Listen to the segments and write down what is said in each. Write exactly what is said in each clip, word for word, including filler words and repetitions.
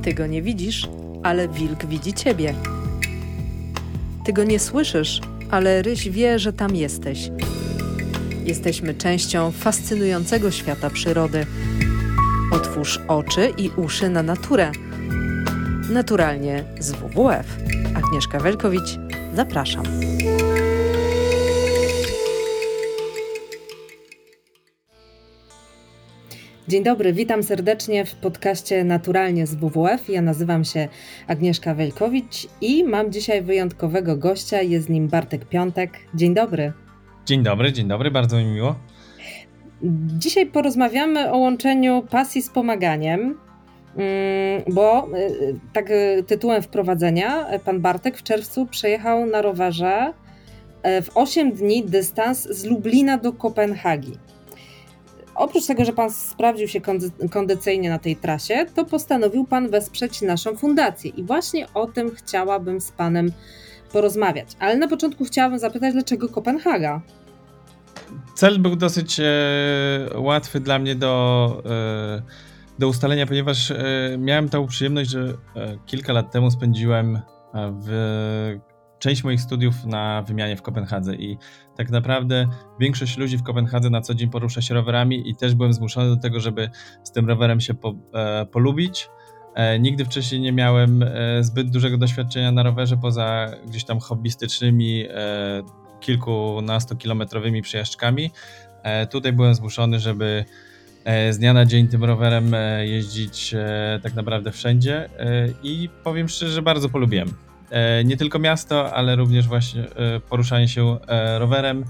Ty go nie widzisz, ale wilk widzi ciebie. Ty go nie słyszysz, ale ryś wie, że tam jesteś. Jesteśmy częścią fascynującego świata przyrody. Otwórz oczy i uszy na naturę. Naturalnie z W W F. Agnieszka Welkowicz, zapraszam. Dzień dobry, witam serdecznie w podcaście Naturalnie z W W F. Ja nazywam się Agnieszka Welkowicz i mam dzisiaj wyjątkowego gościa, jest nim Bartek Piątek. Dzień dobry. Dzień dobry, dzień dobry, bardzo mi miło. Dzisiaj porozmawiamy o łączeniu pasji z pomaganiem, bo tak tytułem wprowadzenia pan Bartek w czerwcu przejechał na rowerze w osiem dni dystans z Lublina do Kopenhagi. Oprócz tego, że pan sprawdził się kondycyjnie na tej trasie, to postanowił pan wesprzeć naszą fundację i właśnie o tym chciałabym z panem porozmawiać. Ale na początku chciałabym zapytać, dlaczego Kopenhaga? Cel był dosyć e, łatwy dla mnie do, e, do ustalenia, ponieważ e, miałem tą przyjemność, że e, kilka lat temu spędziłem w część moich studiów na wymianie w Kopenhadze i tak naprawdę większość ludzi w Kopenhadze na co dzień porusza się rowerami i też byłem zmuszony do tego, żeby z tym rowerem się po, e, polubić. E, nigdy wcześniej nie miałem e, zbyt dużego doświadczenia na rowerze poza gdzieś tam hobbystycznymi e, kilkunastokilometrowymi przejażdżkami. E, tutaj byłem zmuszony, żeby e, z dnia na dzień tym rowerem e, jeździć e, tak naprawdę wszędzie e, i powiem szczerze, że bardzo polubiłem. Nie tylko miasto, ale również właśnie poruszanie się rowerem.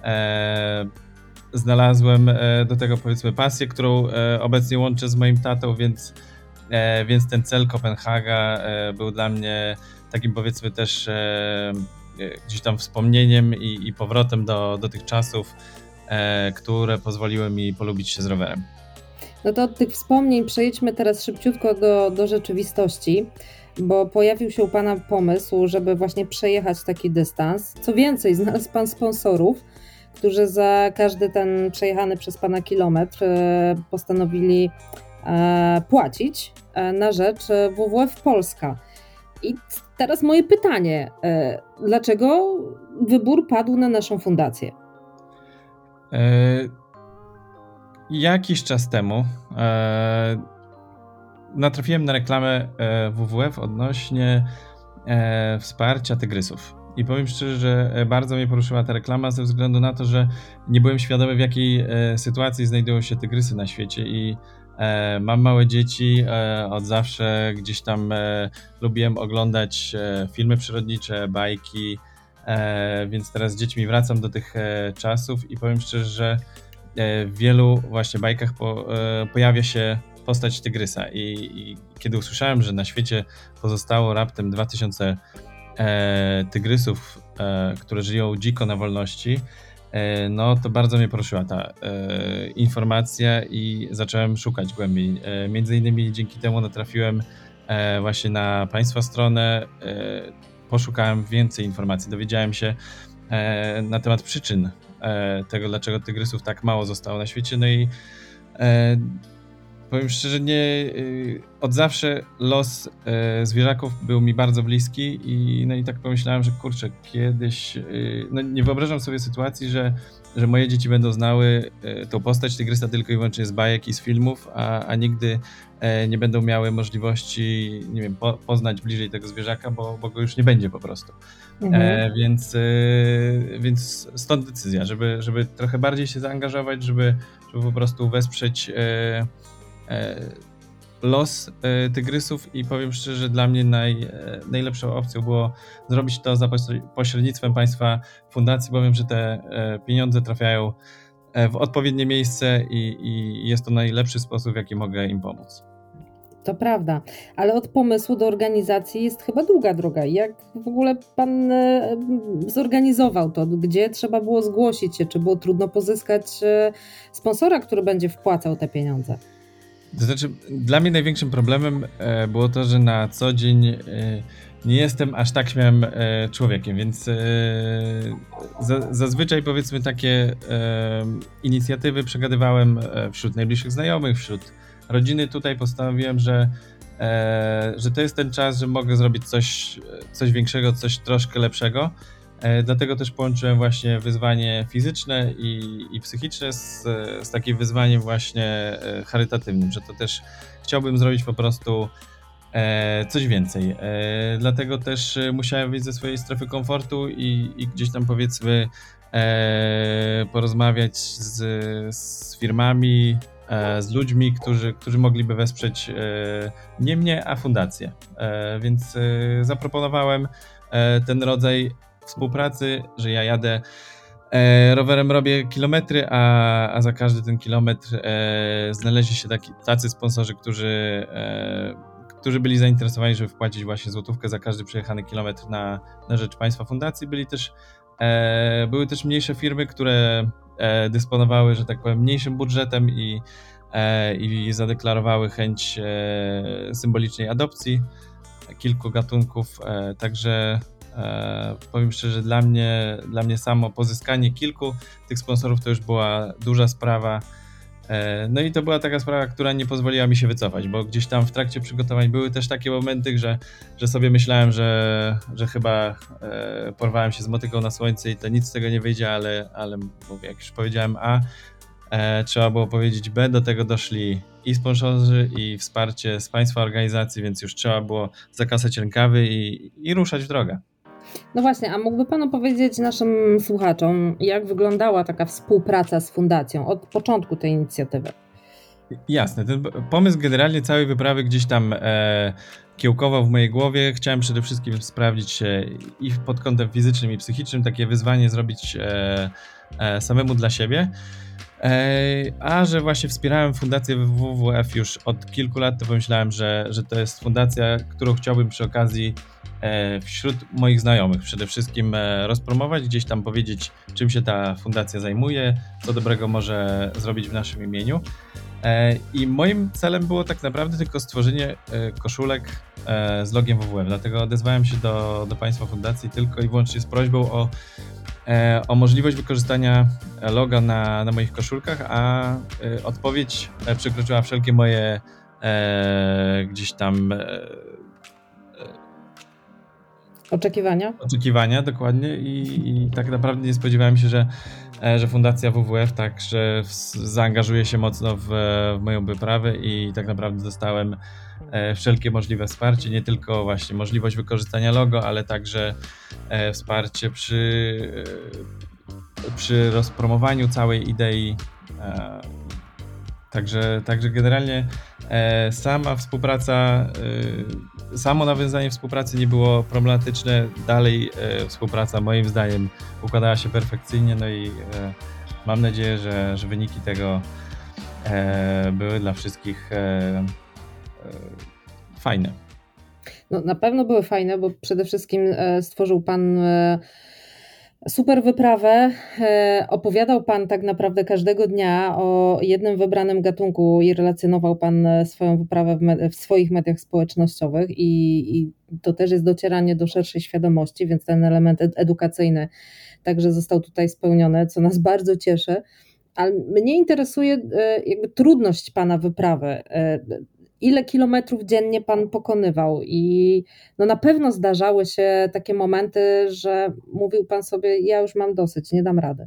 Znalazłem do tego powiedzmy pasję, którą obecnie łączę z moim tatą, więc, więc ten cel Kopenhaga był dla mnie takim powiedzmy też gdzieś tam wspomnieniem i, i powrotem do, do tych czasów, które pozwoliły mi polubić się z rowerem. No to od tych wspomnień przejdźmy teraz szybciutko do, do rzeczywistości, bo pojawił się u pana pomysł, żeby właśnie przejechać taki dystans. Co więcej, znalazł pan sponsorów, którzy za każdy ten przejechany przez pana kilometr postanowili płacić na rzecz W W F Polska. I teraz moje pytanie, dlaczego wybór padł na naszą fundację? E, jakiś czas temu e, natrafiłem na reklamę W W F odnośnie e, wsparcia tygrysów. I powiem szczerze, że bardzo mnie poruszyła ta reklama ze względu na to, że nie byłem świadomy, w jakiej e, sytuacji znajdują się tygrysy na świecie i e, mam małe dzieci, e, od zawsze gdzieś tam e, lubiłem oglądać e, filmy przyrodnicze, bajki, e, więc teraz z dziećmi wracam do tych e, czasów i powiem szczerze, że e, w wielu właśnie bajkach po, e, pojawia się postać tygrysa I, i kiedy usłyszałem, że na świecie pozostało raptem dwa tysiące e, tygrysów, e, które żyją dziko na wolności, e, no to bardzo mnie poruszyła ta e, informacja i zacząłem szukać głębiej. E, między innymi dzięki temu natrafiłem e, właśnie na państwa stronę, e, poszukałem więcej informacji, dowiedziałem się e, na temat przyczyn e, tego, dlaczego tygrysów tak mało zostało na świecie, no i e, powiem szczerze, nie, od zawsze los zwierzaków był mi bardzo bliski i, no i tak pomyślałem, że kurczę, kiedyś, no nie wyobrażam sobie sytuacji, że, że moje dzieci będą znały tą postać tygrysa tylko i wyłącznie z bajek i z filmów, a, a nigdy nie będą miały możliwości, nie wiem, po, poznać bliżej tego zwierzaka, bo, bo go już nie będzie po prostu. Mhm. E, więc, więc stąd decyzja, żeby, żeby trochę bardziej się zaangażować, żeby, żeby po prostu wesprzeć e, los tygrysów i powiem szczerze, że dla mnie naj, najlepszą opcją było zrobić to za pośrednictwem państwa fundacji, bo wiem, że te pieniądze trafiają w odpowiednie miejsce i, i jest to najlepszy sposób, w jaki mogę im pomóc. To prawda, ale od pomysłu do organizacji jest chyba długa droga. Jak w ogóle pan zorganizował to? Gdzie trzeba było zgłosić się? Czy było trudno pozyskać sponsora, który będzie wpłacał te pieniądze? To znaczy, dla mnie największym problemem było to, że na co dzień nie jestem aż tak śmiałym człowiekiem, więc zazwyczaj powiedzmy takie inicjatywy przegadywałem wśród najbliższych znajomych, wśród rodziny. Tutaj postanowiłem, że że to jest ten czas, że mogę zrobić coś, coś większego, coś troszkę lepszego. Dlatego też połączyłem właśnie wyzwanie fizyczne i, i psychiczne z, z takim wyzwaniem właśnie charytatywnym, że to też chciałbym zrobić po prostu coś więcej. Dlatego też musiałem wyjść ze swojej strefy komfortu i, i gdzieś tam powiedzmy porozmawiać z, z firmami, z ludźmi, którzy, którzy mogliby wesprzeć nie mnie, a fundację. Więc zaproponowałem ten rodzaj współpracy, że ja jadę rowerem, robię kilometry, a, a za każdy ten kilometr znaleźli się taki, tacy sponsorzy, którzy, którzy byli zainteresowani, żeby wpłacić właśnie złotówkę za każdy przejechany kilometr na, na rzecz państwa fundacji. Byli też, były też mniejsze firmy, które dysponowały, że tak powiem, mniejszym budżetem i, i zadeklarowały chęć symbolicznej adopcji kilku gatunków, także powiem szczerze, dla mnie, dla mnie samo pozyskanie kilku tych sponsorów to już była duża sprawa. No i to była taka sprawa, która nie pozwoliła mi się wycofać, bo gdzieś tam w trakcie przygotowań były też takie momenty, że, że sobie myślałem, że, że chyba porwałem się z motyką na słońce i to nic z tego nie wyjdzie, ale, ale mówię, jak już powiedziałem A, trzeba było powiedzieć B, do tego doszli i sponsorzy, i wsparcie z państwa organizacji, więc już trzeba było zakasać rękawy i, i ruszać w drogę. No właśnie, a mógłby Pan opowiedzieć naszym słuchaczom, jak wyglądała taka współpraca z fundacją od początku tej inicjatywy? Jasne, ten pomysł generalnie całej wyprawy gdzieś tam e, kiełkował w mojej głowie. Chciałem przede wszystkim sprawdzić się i pod kątem fizycznym i psychicznym, takie wyzwanie zrobić e, e, samemu dla siebie. A że właśnie wspierałem fundację W W F już od kilku lat, to pomyślałem, że, że to jest fundacja, którą chciałbym przy okazji wśród moich znajomych przede wszystkim rozpromować, gdzieś tam powiedzieć, czym się ta fundacja zajmuje, co dobrego może zrobić w naszym imieniu. I moim celem było tak naprawdę tylko stworzenie koszulek z logiem W W F, dlatego odezwałem się do, do państwa fundacji tylko i wyłącznie z prośbą o o możliwość wykorzystania loga na, na moich koszulkach, a odpowiedź przekroczyła wszelkie moje e, gdzieś tam e, oczekiwania. Oczekiwania, dokładnie i, i tak naprawdę nie spodziewałem się, że, że Fundacja W W F także zaangażuje się mocno w, w moją wyprawę i tak naprawdę dostałem wszelkie możliwe wsparcie, nie tylko właśnie możliwość wykorzystania logo, ale także wsparcie przy, przy rozpromowaniu całej idei. Także, także generalnie sama współpraca, samo nawiązanie współpracy nie było problematyczne. Dalej współpraca moim zdaniem układała się perfekcyjnie, no i mam nadzieję, że, że wyniki tego były dla wszystkich fajne. No, na pewno były fajne, bo przede wszystkim stworzył Pan super wyprawę. Opowiadał Pan tak naprawdę każdego dnia o jednym wybranym gatunku i relacjonował Pan swoją wyprawę w, med- w swoich mediach społecznościowych i, i to też jest docieranie do szerszej świadomości, więc ten element ed- edukacyjny także został tutaj spełniony, co nas bardzo cieszy. Ale mnie interesuje jakby trudność Pana wyprawy. Ile kilometrów dziennie Pan pokonywał i no na pewno zdarzały się takie momenty, że mówił Pan sobie, ja już mam dosyć, nie dam rady.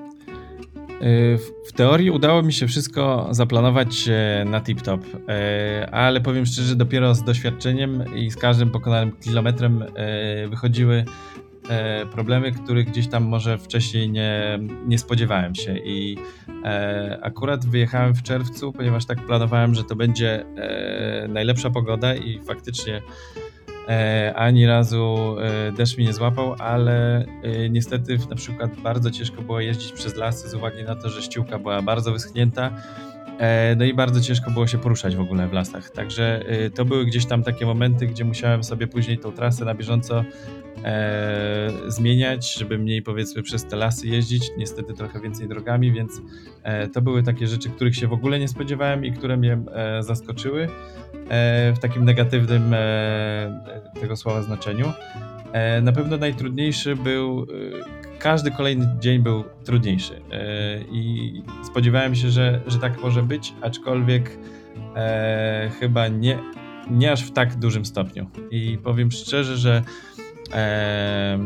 W teorii udało mi się wszystko zaplanować na tip-top, ale powiem szczerze, dopiero z doświadczeniem i z każdym pokonanym kilometrem wychodziły problemy, których gdzieś tam może wcześniej nie, nie spodziewałem się i e, akurat wyjechałem w czerwcu, ponieważ tak planowałem, że to będzie e, najlepsza pogoda i faktycznie e, ani razu e, deszcz mnie nie złapał, ale e, niestety na przykład bardzo ciężko było jeździć przez lasy z uwagi na to, że ściółka była bardzo wyschnięta. No i bardzo ciężko było się poruszać w ogóle w lasach, także to były gdzieś tam takie momenty, gdzie musiałem sobie później tą trasę na bieżąco e, zmieniać, żeby mniej powiedzmy przez te lasy jeździć, niestety trochę więcej drogami, więc e, to były takie rzeczy, których się w ogóle nie spodziewałem i które mnie e, zaskoczyły e, w takim negatywnym e, tego słowa znaczeniu. E, na pewno najtrudniejszy był e, Każdy kolejny dzień był trudniejszy i spodziewałem się, że, że tak może być, aczkolwiek e, chyba nie nie aż w tak dużym stopniu. I powiem szczerze, że e,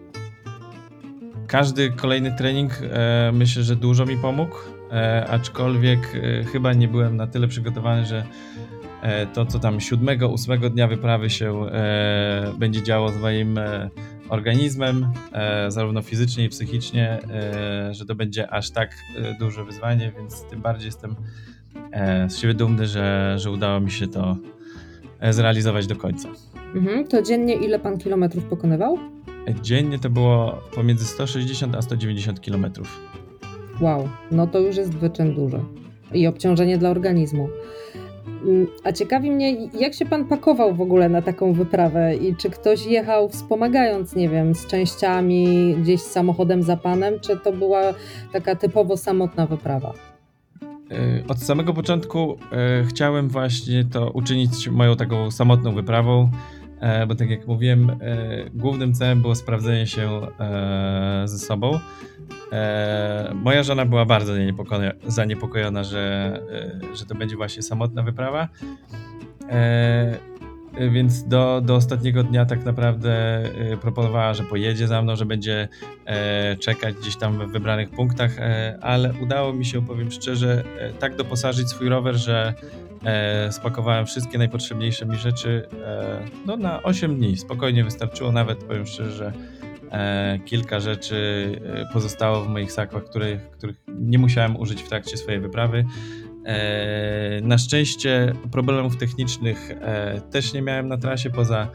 każdy kolejny trening e, myślę, że dużo mi pomógł, e, aczkolwiek e, chyba nie byłem na tyle przygotowany, że e, to, co tam siódmego, ósmego dnia wyprawy się e, będzie działo z moim e, organizmem, e, zarówno fizycznie i psychicznie, e, że to będzie aż tak e, duże wyzwanie, więc tym bardziej jestem e, z siebie dumny, że, że udało mi się to e, zrealizować do końca. Mhm. To dziennie ile pan kilometrów pokonywał? Dziennie to było pomiędzy sto sześćdziesiąt a sto dziewięćdziesiąt kilometrów. Wow, no to już jest wyczyn duży i obciążenie dla organizmu. A ciekawi mnie, jak się pan pakował w ogóle na taką wyprawę i czy ktoś jechał wspomagając, nie wiem, z częściami, gdzieś z samochodem za panem, czy to była taka typowo samotna wyprawa? Od samego początku chciałem właśnie to uczynić moją taką samotną wyprawą, bo tak jak mówiłem, głównym celem było sprawdzenie się ze sobą. Moja żona była bardzo zaniepokojona, że, że to będzie właśnie samotna wyprawa, więc do, do ostatniego dnia tak naprawdę proponowała, że pojedzie za mną, że będzie czekać gdzieś tam w wybranych punktach, ale udało mi się, powiem szczerze, tak doposażyć swój rower, że spakowałem wszystkie najpotrzebniejsze mi rzeczy no, na osiem dni. Spokojnie wystarczyło, nawet powiem szczerze, że kilka rzeczy pozostało w moich sakach, których, których nie musiałem użyć w trakcie swojej wyprawy. Na szczęście problemów technicznych też nie miałem na trasie, poza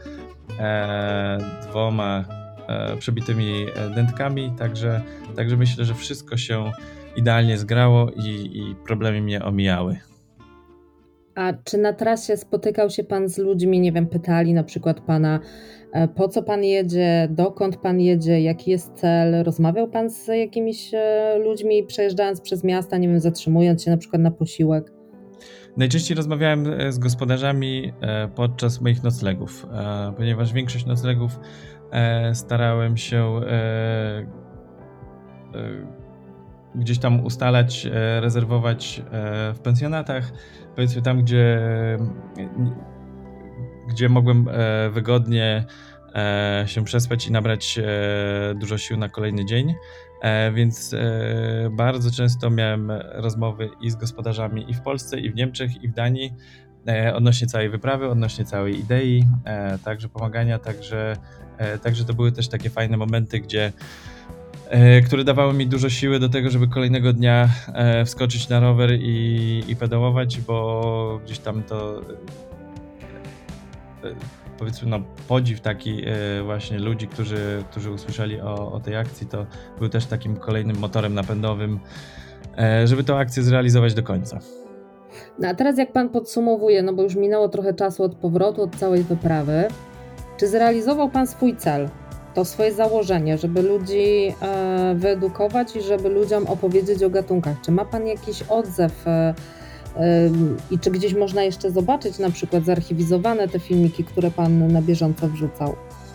dwoma przebitymi dętkami, także, także myślę, że wszystko się idealnie zgrało i, i problemy mnie omijały. A czy na trasie spotykał się pan z ludźmi, nie wiem, pytali na przykład pana, po co pan jedzie, dokąd pan jedzie, jaki jest cel? Rozmawiał pan z jakimiś ludźmi przejeżdżając przez miasta, nie wiem, zatrzymując się na przykład na posiłek? Najczęściej rozmawiałem z gospodarzami podczas moich noclegów, ponieważ większość noclegów starałem się gdzieś tam ustalać, rezerwować w pensjonatach, powiedzmy tam, gdzie, gdzie mogłem wygodnie się przespać i nabrać dużo sił na kolejny dzień, więc bardzo często miałem rozmowy i z gospodarzami i w Polsce, i w Niemczech, i w Danii odnośnie całej wyprawy, odnośnie całej idei, także pomagania, także, także to były też takie fajne momenty, gdzie które dawały mi dużo siły do tego, żeby kolejnego dnia wskoczyć na rower i, i pedałować, bo gdzieś tam to powiedzmy no podziw taki właśnie ludzi, którzy, którzy usłyszeli o, o tej akcji, to był też takim kolejnym motorem napędowym, żeby tę akcję zrealizować do końca. No a teraz jak pan podsumowuje, no bo już minęło trochę czasu od powrotu, od całej wyprawy, czy zrealizował pan swój cel? To swoje założenie, żeby ludzi e, wyedukować i żeby ludziom opowiedzieć o gatunkach. Czy ma pan jakiś odzew e, e, i czy gdzieś można jeszcze zobaczyć na przykład zarchiwizowane te filmiki, które pan na bieżąco wrzucał?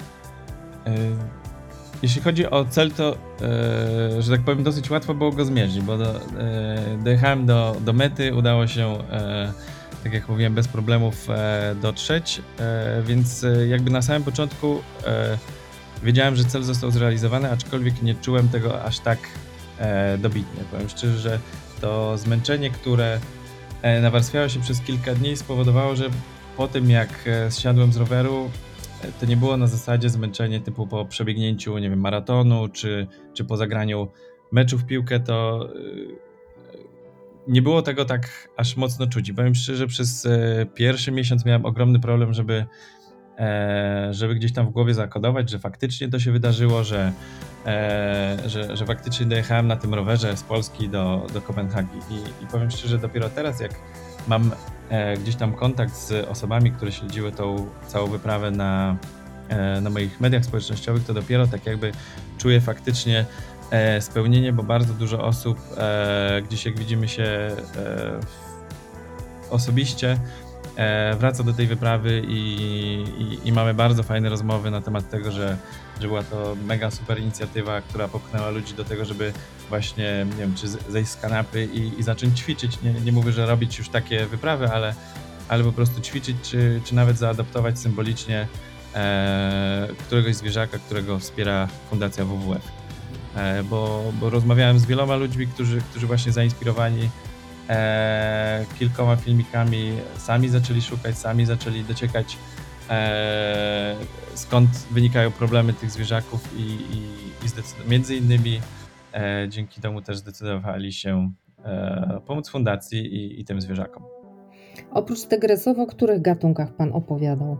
Jeśli chodzi o cel, to e, że tak powiem dosyć łatwo było go zmierzyć, bo do, e, dojechałem do, do mety, udało się e, tak jak mówiłem bez problemów e, dotrzeć, e, więc e, jakby na samym początku e, wiedziałem, że cel został zrealizowany, aczkolwiek nie czułem tego aż tak e, dobitnie. Powiem szczerze, że to zmęczenie, które e, nawarstwiało się przez kilka dni, spowodowało, że po tym jak e, zsiadłem z roweru, e, to nie było na zasadzie zmęczenie typu po przebiegnięciu, nie wiem, maratonu, czy, czy po zagraniu meczu w piłkę, to e, nie było tego tak aż mocno czuć. I powiem szczerze, przez e, pierwszy miesiąc miałem ogromny problem, żeby żeby gdzieś tam w głowie zakodować, że faktycznie to się wydarzyło, że, że, że faktycznie dojechałem na tym rowerze z Polski do, do Kopenhagi. I, I powiem szczerze, dopiero teraz, jak mam gdzieś tam kontakt z osobami, które śledziły tą całą wyprawę na, na moich mediach społecznościowych, to dopiero tak jakby czuję faktycznie spełnienie, bo bardzo dużo osób gdzieś jak widzimy się osobiście, wraca do tej wyprawy i, i, i mamy bardzo fajne rozmowy na temat tego, że, że była to mega super inicjatywa, która popchnęła ludzi do tego, żeby właśnie, nie wiem, czy zejść z kanapy i, i zacząć ćwiczyć. Nie, nie mówię, że robić już takie wyprawy, ale, ale po prostu ćwiczyć, czy, czy nawet zaadaptować symbolicznie e, któregoś zwierzaka, którego wspiera Fundacja W W F. E, bo, bo rozmawiałem z wieloma ludźmi, którzy, którzy właśnie zainspirowani e, kilkoma filmikami sami zaczęli szukać, sami zaczęli dociekać, e, skąd wynikają problemy tych zwierzaków i, i, i zdecyd- między innymi e, dzięki temu też zdecydowali się e, pomóc fundacji i, i tym zwierzakom. Oprócz tygrysów, o których gatunkach pan opowiadał?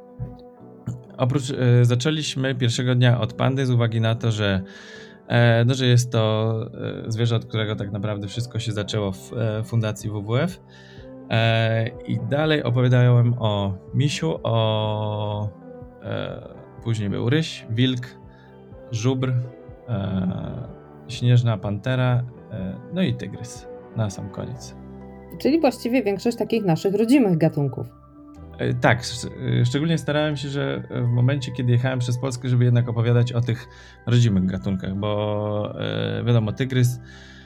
Oprócz, e, zaczęliśmy pierwszego dnia od pandy z uwagi na to, że, e, no, że jest to e, zwierzę, od którego tak naprawdę wszystko się zaczęło w e, fundacji W W F. E, I dalej opowiadałem o misiu, o e, później był ryś, wilk, żubr, e, śnieżna pantera, e, no i tygrys na sam koniec. Czyli właściwie większość takich naszych rodzimych gatunków. E, tak, sz- e, szczególnie starałem się, że w momencie, kiedy jechałem przez Polskę, żeby jednak opowiadać o tych rodzimych gatunkach, bo e, wiadomo, tygrys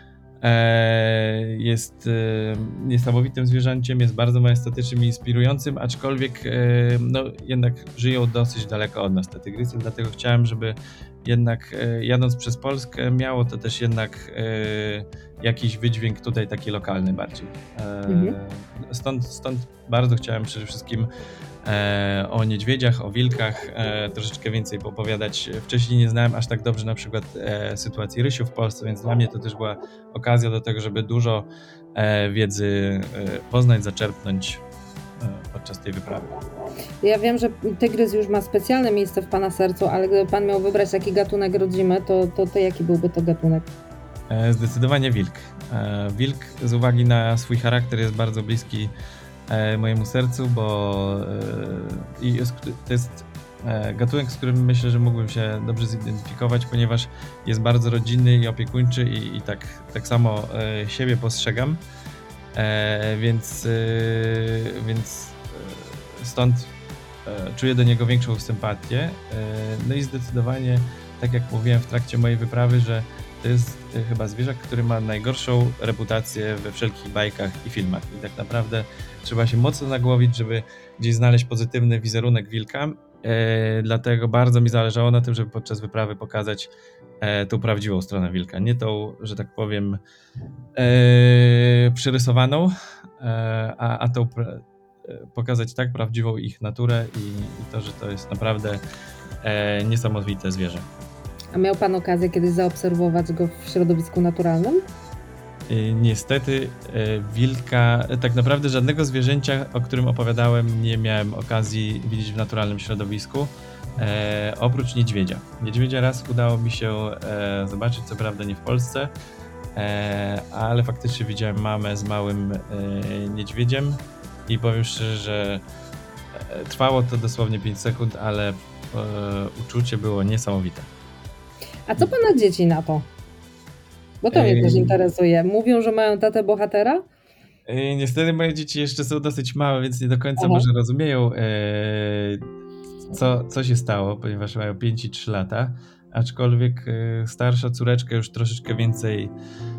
e, jest e, niesamowitym zwierzęciem, jest bardzo majestatycznym i inspirującym, aczkolwiek e, no, jednak żyją dosyć daleko od nas te tygrysy, dlatego chciałem, żeby jednak e, jadąc przez Polskę miało to też jednak e, jakiś wydźwięk tutaj taki lokalny bardziej. E, Mhm. stąd, stąd bardzo chciałem przede wszystkim e, o niedźwiedziach, o wilkach e, troszeczkę więcej opowiadać. Wcześniej nie znałem aż tak dobrze na przykład e, sytuacji rysiu w Polsce, więc dla mnie to też była okazja do tego, żeby dużo e, wiedzy e, poznać, zaczerpnąć e, podczas tej wyprawy. Ja wiem, że tygrys już ma specjalne miejsce w pana sercu, ale gdyby pan miał wybrać taki gatunek rodzimy, to, to, to jaki byłby to gatunek? E, Zdecydowanie wilk. E, Wilk z uwagi na swój charakter jest bardzo bliski e, mojemu sercu, bo e, i jest, to jest e, gatunek, z którym myślę, że mógłbym się dobrze zidentyfikować, ponieważ jest bardzo rodzinny i opiekuńczy i, i tak, tak samo e, siebie postrzegam, e, więc, e, więc e, stąd e, czuję do niego większą sympatię. E, no i zdecydowanie, tak jak mówiłem w trakcie mojej wyprawy, że to jest e, chyba zwierzak, który ma najgorszą reputację we wszelkich bajkach i filmach. I tak naprawdę trzeba się mocno nagłowić, żeby gdzieś znaleźć pozytywny wizerunek wilka. E, dlatego bardzo mi zależało na tym, żeby podczas wyprawy pokazać e, tą prawdziwą stronę wilka. Nie tą, że tak powiem, e, przyrysowaną, e, a, a tą pra- e, pokazać tak prawdziwą ich naturę i, i to, że to jest naprawdę e, niesamowite zwierzę. A miał pan okazję kiedyś zaobserwować go w środowisku naturalnym? Y, Niestety y, wilka, tak naprawdę żadnego zwierzęcia, o którym opowiadałem, nie miałem okazji widzieć w naturalnym środowisku, e, oprócz niedźwiedzia. Niedźwiedzia raz udało mi się e, zobaczyć, co prawda nie w Polsce, e, ale faktycznie widziałem mamę z małym e, niedźwiedziem i powiem szczerze, że e, trwało to dosłownie pięć sekund, ale e, uczucie było niesamowite. A co pana dzieci na to? Bo to mnie Ej. też interesuje. Mówią, że mają tatę bohatera? E, Niestety moje dzieci jeszcze są dosyć małe, więc nie do końca Aha. może rozumieją, e, co, co się stało, ponieważ mają pięć i trzy lata, aczkolwiek e, starsza córeczka już troszeczkę więcej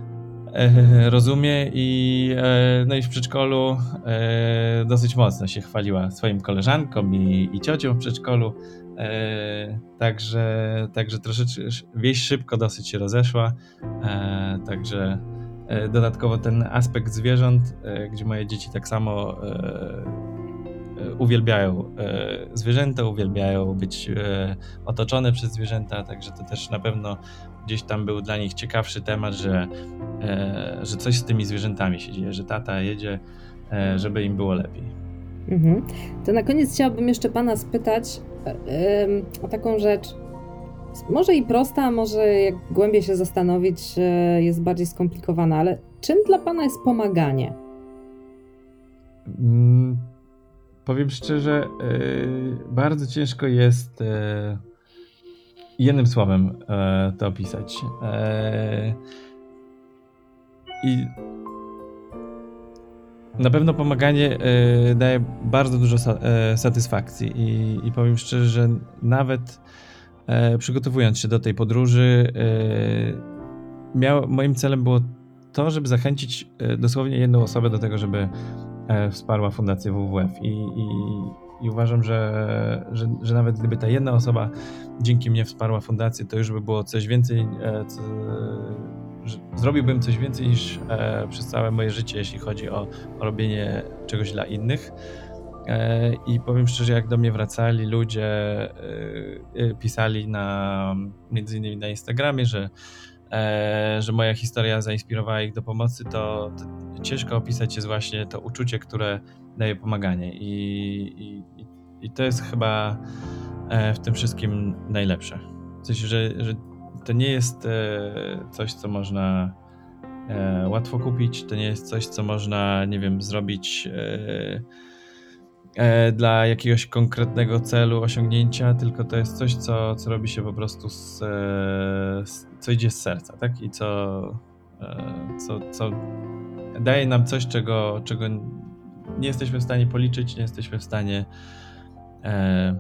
e, rozumie i, e, no i w przedszkolu e, dosyć mocno się chwaliła swoim koleżankom i, i ciocią w przedszkolu, e, także, także troszeczkę wieś szybko dosyć się rozeszła, e, także e, dodatkowo ten aspekt zwierząt, e, gdzie moje dzieci tak samo e, e, uwielbiają e, zwierzęta, uwielbiają być e, otoczone przez zwierzęta, także to też na pewno gdzieś tam był dla nich ciekawszy temat, że, e, że coś z tymi zwierzętami się dzieje, że tata jedzie, e, żeby im było lepiej. Mhm. To na koniec chciałabym jeszcze pana spytać e, em, o taką rzecz, może i prosta, a może jak głębiej się zastanowić, e, jest bardziej skomplikowana, ale czym dla pana jest pomaganie? Mm, powiem szczerze, e, bardzo ciężko jest e, jednym słowem e, to opisać. E, I na pewno pomaganie e, daje bardzo dużo sa, e, satysfakcji i, i powiem szczerze, że nawet e, przygotowując się do tej podróży, e, miał, moim celem było to, żeby zachęcić e, dosłownie jedną osobę do tego, żeby wsparła Fundację W W F i, i, i uważam, że, że, że nawet gdyby ta jedna osoba dzięki mnie wsparła fundację, to już by było coś więcej, co, że zrobiłbym coś więcej niż przez całe moje życie, jeśli chodzi o, o robienie czegoś dla innych. I powiem szczerze, jak do mnie wracali ludzie, pisali na, między innymi na Instagramie, że, że moja historia zainspirowała ich do pomocy, to, to ciężko opisać jest właśnie to uczucie, które daje pomaganie. I, i, i to jest chyba w tym wszystkim najlepsze. W sensie, że, że to nie jest coś, co można łatwo kupić, to nie jest coś, co można, nie wiem, zrobić dla jakiegoś konkretnego celu, osiągnięcia, tylko to jest coś, co, co robi się po prostu z, z, co idzie z serca, tak? I co, co, co daje nam coś, czego, czego nie jesteśmy w stanie policzyć, nie jesteśmy w stanie e,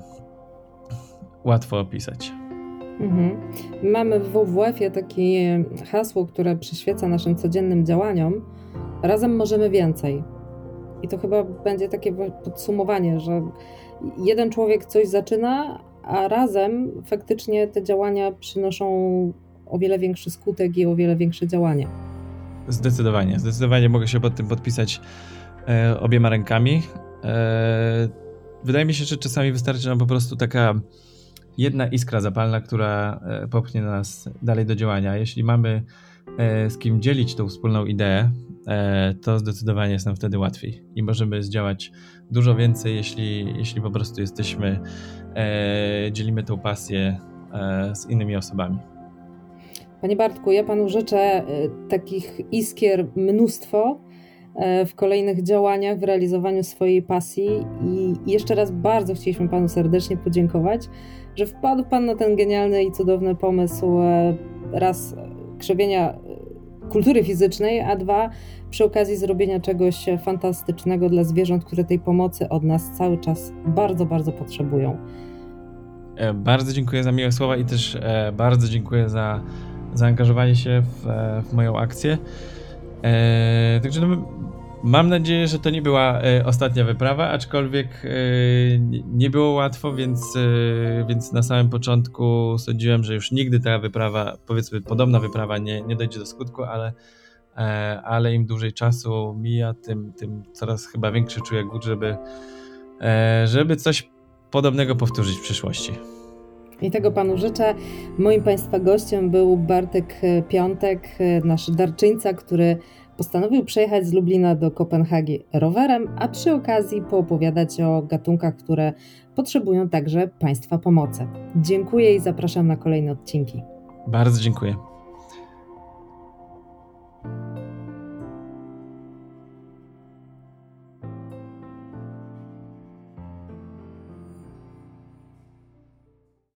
łatwo opisać. Mhm. Mamy w W W F-ie takie hasło, które przyświeca naszym codziennym działaniom. Razem możemy więcej. I to chyba będzie takie podsumowanie, że jeden człowiek coś zaczyna, a razem faktycznie te działania przynoszą o wiele większy skutek i o wiele większe działanie. Zdecydowanie. Zdecydowanie mogę się pod tym podpisać e, obiema rękami. E, wydaje mi się, że czasami wystarczy nam po prostu taka jedna iskra zapalna, która e, popchnie nas dalej do działania. Jeśli mamy e, z kim dzielić tą wspólną ideę, to zdecydowanie jest nam wtedy łatwiej i możemy zdziałać dużo więcej, jeśli, jeśli po prostu jesteśmy, e, dzielimy tę pasję e, z innymi osobami. Panie Bartku, ja Panu życzę e, takich iskier mnóstwo e, w kolejnych działaniach, w realizowaniu swojej pasji i jeszcze raz bardzo chcieliśmy Panu serdecznie podziękować, że wpadł Pan na ten genialny i cudowny pomysł e, raz krzewienia kultury fizycznej, a dwa przy okazji zrobienia czegoś fantastycznego dla zwierząt, które tej pomocy od nas cały czas bardzo, bardzo potrzebują. Bardzo dziękuję za miłe słowa i też bardzo dziękuję za zaangażowanie się w, w moją akcję. Także no, mam nadzieję, że to nie była ostatnia wyprawa, aczkolwiek nie było łatwo, więc, więc na samym początku sądziłem, że już nigdy ta wyprawa, powiedzmy podobna wyprawa nie, nie dojdzie do skutku, ale, ale im dłużej czasu mija, tym, tym coraz chyba większy czuję głód, żeby, żeby coś podobnego powtórzyć w przyszłości. I tego Panu życzę. Moim Państwa gościem był Bartek Piątek, nasz darczyńca, który postanowił przejechać z Lublina do Kopenhagi rowerem, a przy okazji poopowiadać o gatunkach, które potrzebują także Państwa pomocy. Dziękuję i zapraszam na kolejne odcinki. Bardzo dziękuję.